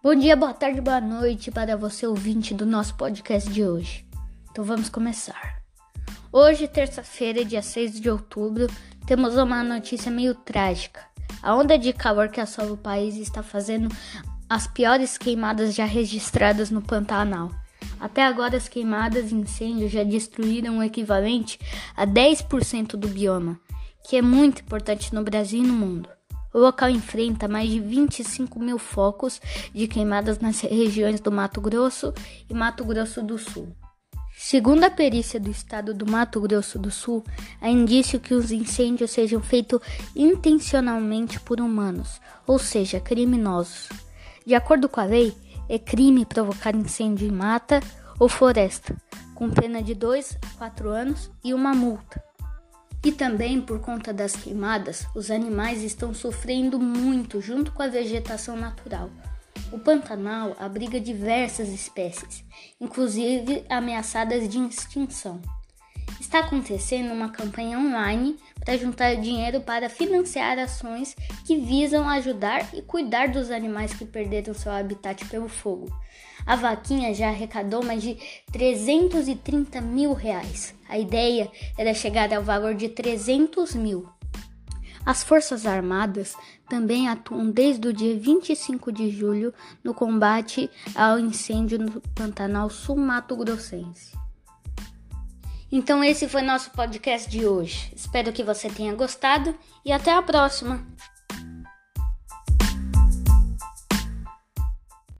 Bom dia, boa tarde, boa noite para você ouvinte do nosso podcast de hoje. Então vamos começar. Hoje, terça-feira, dia 6 de outubro, temos uma notícia meio trágica. A onda de calor que assola o país está fazendo as piores queimadas já registradas no Pantanal. Até agora, as queimadas e incêndios já destruíram o equivalente a 10% do bioma, que é muito importante no Brasil e no mundo. O local enfrenta mais de 25 mil focos de queimadas nas regiões do Mato Grosso e Mato Grosso do Sul. Segundo a perícia do estado do Mato Grosso do Sul, há indício que os incêndios sejam feitos intencionalmente por humanos, ou seja, criminosos. De acordo com a lei, é crime provocar incêndio em mata ou floresta, com pena de 2 a 4 anos e uma multa. E também, por conta das queimadas, os animais estão sofrendo muito junto com a vegetação natural. O Pantanal abriga diversas espécies, inclusive ameaçadas de extinção. Está acontecendo uma campanha online para juntar dinheiro para financiar ações que visam ajudar e cuidar dos animais que perderam seu habitat pelo fogo. A vaquinha já arrecadou mais de R$330 mil. A ideia era chegar ao valor de 300 mil. As Forças Armadas também atuam desde o dia 25 de julho no combate ao incêndio no Pantanal Sul-Mato-Grossense. Então esse foi nosso podcast de hoje. Espero que você tenha gostado e até a próxima!